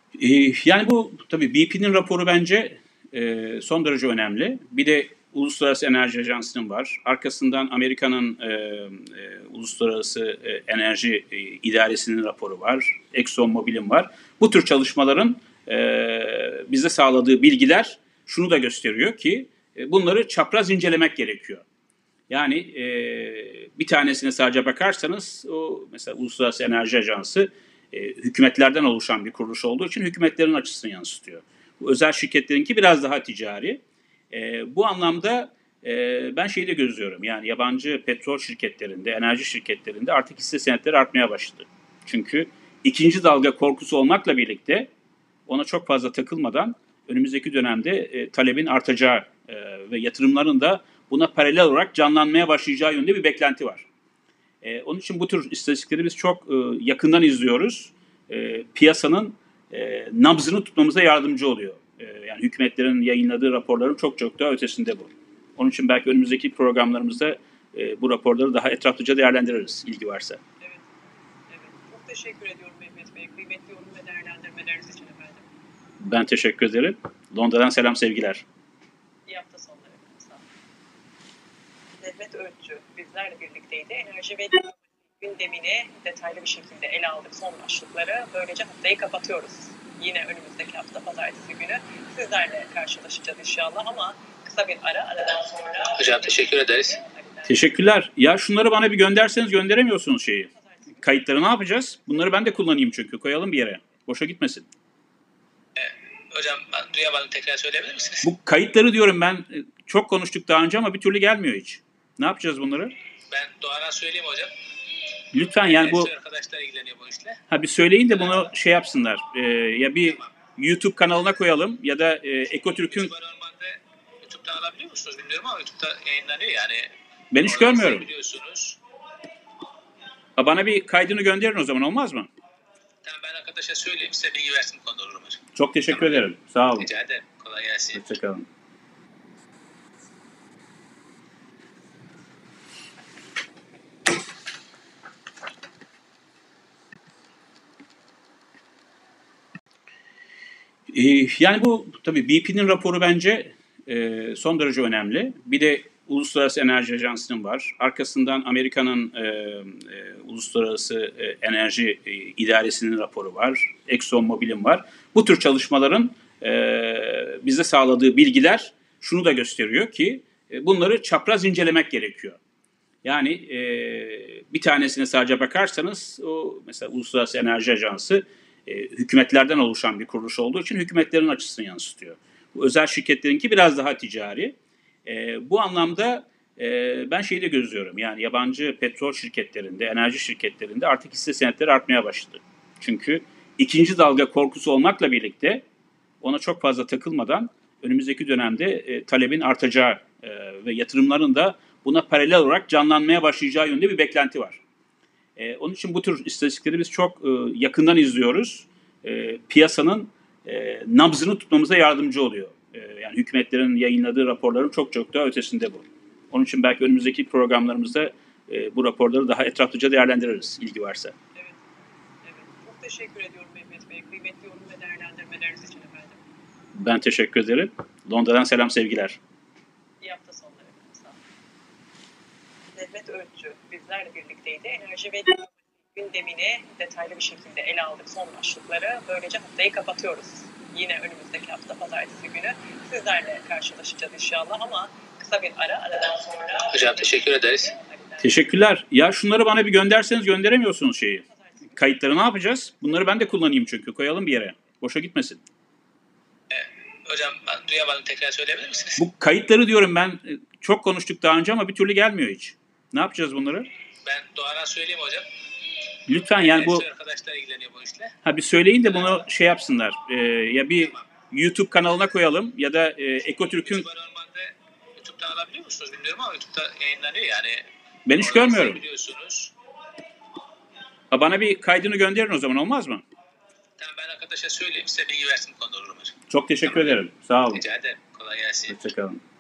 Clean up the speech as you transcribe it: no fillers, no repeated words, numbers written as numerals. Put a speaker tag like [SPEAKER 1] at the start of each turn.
[SPEAKER 1] Yani bu tabii BP'nin raporu bence son derece önemli. Bir de Uluslararası Enerji Ajansı'nın var. Arkasından Amerika'nın Uluslararası Enerji İdaresi'nin raporu var. ExxonMobil'in var. Bu tür çalışmaların bize sağladığı bilgiler şunu da gösteriyor ki bunları çapraz incelemek gerekiyor. Yani bir tanesine sadece bakarsanız o mesela Uluslararası Enerji Ajansı hükümetlerden oluşan bir kuruluş olduğu için hükümetlerin açısını yansıtıyor. Bu özel şirketlerinki biraz daha ticari. Bu anlamda ben şeyi de gözlüyorum. Yani yabancı petrol şirketlerinde, enerji şirketlerinde artık hisse senetleri artmaya başladı. Çünkü ikinci dalga korkusu olmakla birlikte ona çok fazla takılmadan önümüzdeki dönemde talebin artacağı ve yatırımların da buna paralel olarak canlanmaya başlayacağı yönde bir beklenti var. Onun için bu tür istatistikleri biz çok yakından izliyoruz. Piyasanın nabzını tutmamıza yardımcı oluyor. Yani hükümetlerin yayınladığı raporların çok çok daha ötesinde bu. Onun için belki önümüzdeki programlarımızda bu raporları daha etraflıca değerlendiririz ilgi varsa.
[SPEAKER 2] Evet. Çok teşekkür ediyorum Mehmet Bey. Kıymetli yorum ve değerlendirmeleriniz için efendim.
[SPEAKER 1] Ben teşekkür ederim. Londra'dan selam, sevgiler.
[SPEAKER 2] İyi hafta sonları efendim. Sağ olun. Mehmet Öğütçü bizlerle birlikteydi. Enerji ve gündemini detaylı bir şekilde ele aldık, son başlıkları. Böylece haftayı kapatıyoruz. Yine önümüzdeki hafta pazartesi günü sizlerle karşılaşacağız inşallah ama kısa bir aradan sonra...
[SPEAKER 3] Hocam teşekkür ederiz.
[SPEAKER 1] Teşekkürler. Ya şunları bana bir gönderseniz gönderemiyorsunuz şeyi. Kayıtları ne yapacağız? Bunları ben de kullanayım çünkü. Koyalım bir yere. Boşa gitmesin.
[SPEAKER 3] Hocam ben duyamadım, tekrar söyleyebilir misiniz?
[SPEAKER 1] Bu kayıtları diyorum ben çok konuştuk daha önce ama bir türlü gelmiyor hiç. Ne yapacağız bunları?
[SPEAKER 3] Ben Doğan'a söyleyeyim hocam.
[SPEAKER 1] Lütfen yani bu...
[SPEAKER 3] Arkadaşlar ilgileniyor bu işle.
[SPEAKER 1] Bir söyleyin de bunu şey yapsınlar. Ya bir YouTube kanalına koyalım ya da Ekotürk'ün...
[SPEAKER 3] Normalde YouTube'da alabiliyor musunuz bilmiyorum ama YouTube'da yayınlanıyor yani.
[SPEAKER 1] Ben hiç görmüyorum.
[SPEAKER 3] Biliyorsunuz.
[SPEAKER 1] Bana bir kaydını gönderin o zaman, olmaz mı?
[SPEAKER 3] Tamam, ben arkadaşa söyleyeyim, size bilgi versin bu konuda, olur mu hocam?
[SPEAKER 1] Çok teşekkür ederim. Sağ olun.
[SPEAKER 3] Rica ederim. Kolay gelsin.
[SPEAKER 1] Hoşçakalın. Yani bu tabii BP'nin raporu bence son derece önemli. Bir de Uluslararası Enerji Ajansı'nın var. Arkasından Amerika'nın Uluslararası Enerji İdaresi'nin raporu var. ExxonMobil'in var. Bu tür çalışmaların bize sağladığı bilgiler şunu da gösteriyor ki bunları çapraz incelemek gerekiyor. Yani bir tanesine sadece bakarsanız o mesela Uluslararası Enerji Ajansı hükümetlerden oluşan bir kuruluş olduğu için hükümetlerin açısını yansıtıyor. Bu özel şirketlerinki biraz daha ticari. Bu anlamda ben şeyi de gözlüyorum. Yani yabancı petrol şirketlerinde, enerji şirketlerinde artık hisse senetleri artmaya başladı. Çünkü ikinci dalga korkusu olmakla birlikte ona çok fazla takılmadan önümüzdeki dönemde talebin artacağı ve yatırımların da buna paralel olarak canlanmaya başlayacağı yönde bir beklenti var. Onun için bu tür istatistikleri biz çok yakından izliyoruz. Piyasanın nabzını tutmamıza yardımcı oluyor. Yani hükümetlerin yayınladığı raporların çok çok daha ötesinde bu. Onun için belki önümüzdeki programlarımızda bu raporları daha etraflıca değerlendiririz ilgi varsa.
[SPEAKER 2] Evet. Çok teşekkür ediyorum Mehmet Bey. Kıymetli yorum ve değerlendirmeleriniz için efendim.
[SPEAKER 1] Ben teşekkür ederim. Londra'dan selam, sevgiler.
[SPEAKER 2] İyi hafta sonları efendim. Sağ olun. Mehmet Öğütçü bizlerle birlikteydi. Enerji ve gündemini detaylı bir şekilde ele aldık, son başlıkları. Böylece haftayı kapatıyoruz. Yine önümüzdeki hafta pazartesi günü sizlerle karşılaşacağız inşallah ama kısa bir aradan sonra...
[SPEAKER 3] Hocam teşekkür ederiz.
[SPEAKER 1] Teşekkürler. Ya şunları bana bir gönderseniz gönderemiyorsunuz şeyi. Kayıtları ne yapacağız? Bunları ben de kullanayım çünkü. Koyalım bir yere. Boşa gitmesin.
[SPEAKER 3] Hocam ben duyamadım, tekrar söyleyebilir misiniz?
[SPEAKER 1] Bu kayıtları diyorum ben çok konuştuk daha önce ama bir türlü gelmiyor hiç. Ne yapacağız bunları?
[SPEAKER 3] Ben Doğan'a söyleyeyim hocam.
[SPEAKER 1] Lütfen yani bu...
[SPEAKER 3] Arkadaşlar ilgileniyor bu işle.
[SPEAKER 1] Bir söyleyin de bunu şey yapsınlar. Ya bir YouTube kanalına koyalım ya da Ekotürk'ün...
[SPEAKER 3] Normalde YouTube'da alabiliyor musunuz bilmiyorum ama YouTube'da yayınlanıyor yani.
[SPEAKER 1] Ben hiç görmüyorum.
[SPEAKER 3] Biliyorsunuz.
[SPEAKER 1] Bana bir kaydını gönderin o zaman, olmaz mı?
[SPEAKER 3] Tamam, ben arkadaşa söyleyeyim, size bilgi versin bu konuda, olur mu hocam?
[SPEAKER 1] Çok teşekkür ederim. Sağ olun.
[SPEAKER 3] Rica ederim. Kolay gelsin.
[SPEAKER 1] Hoşçakalın.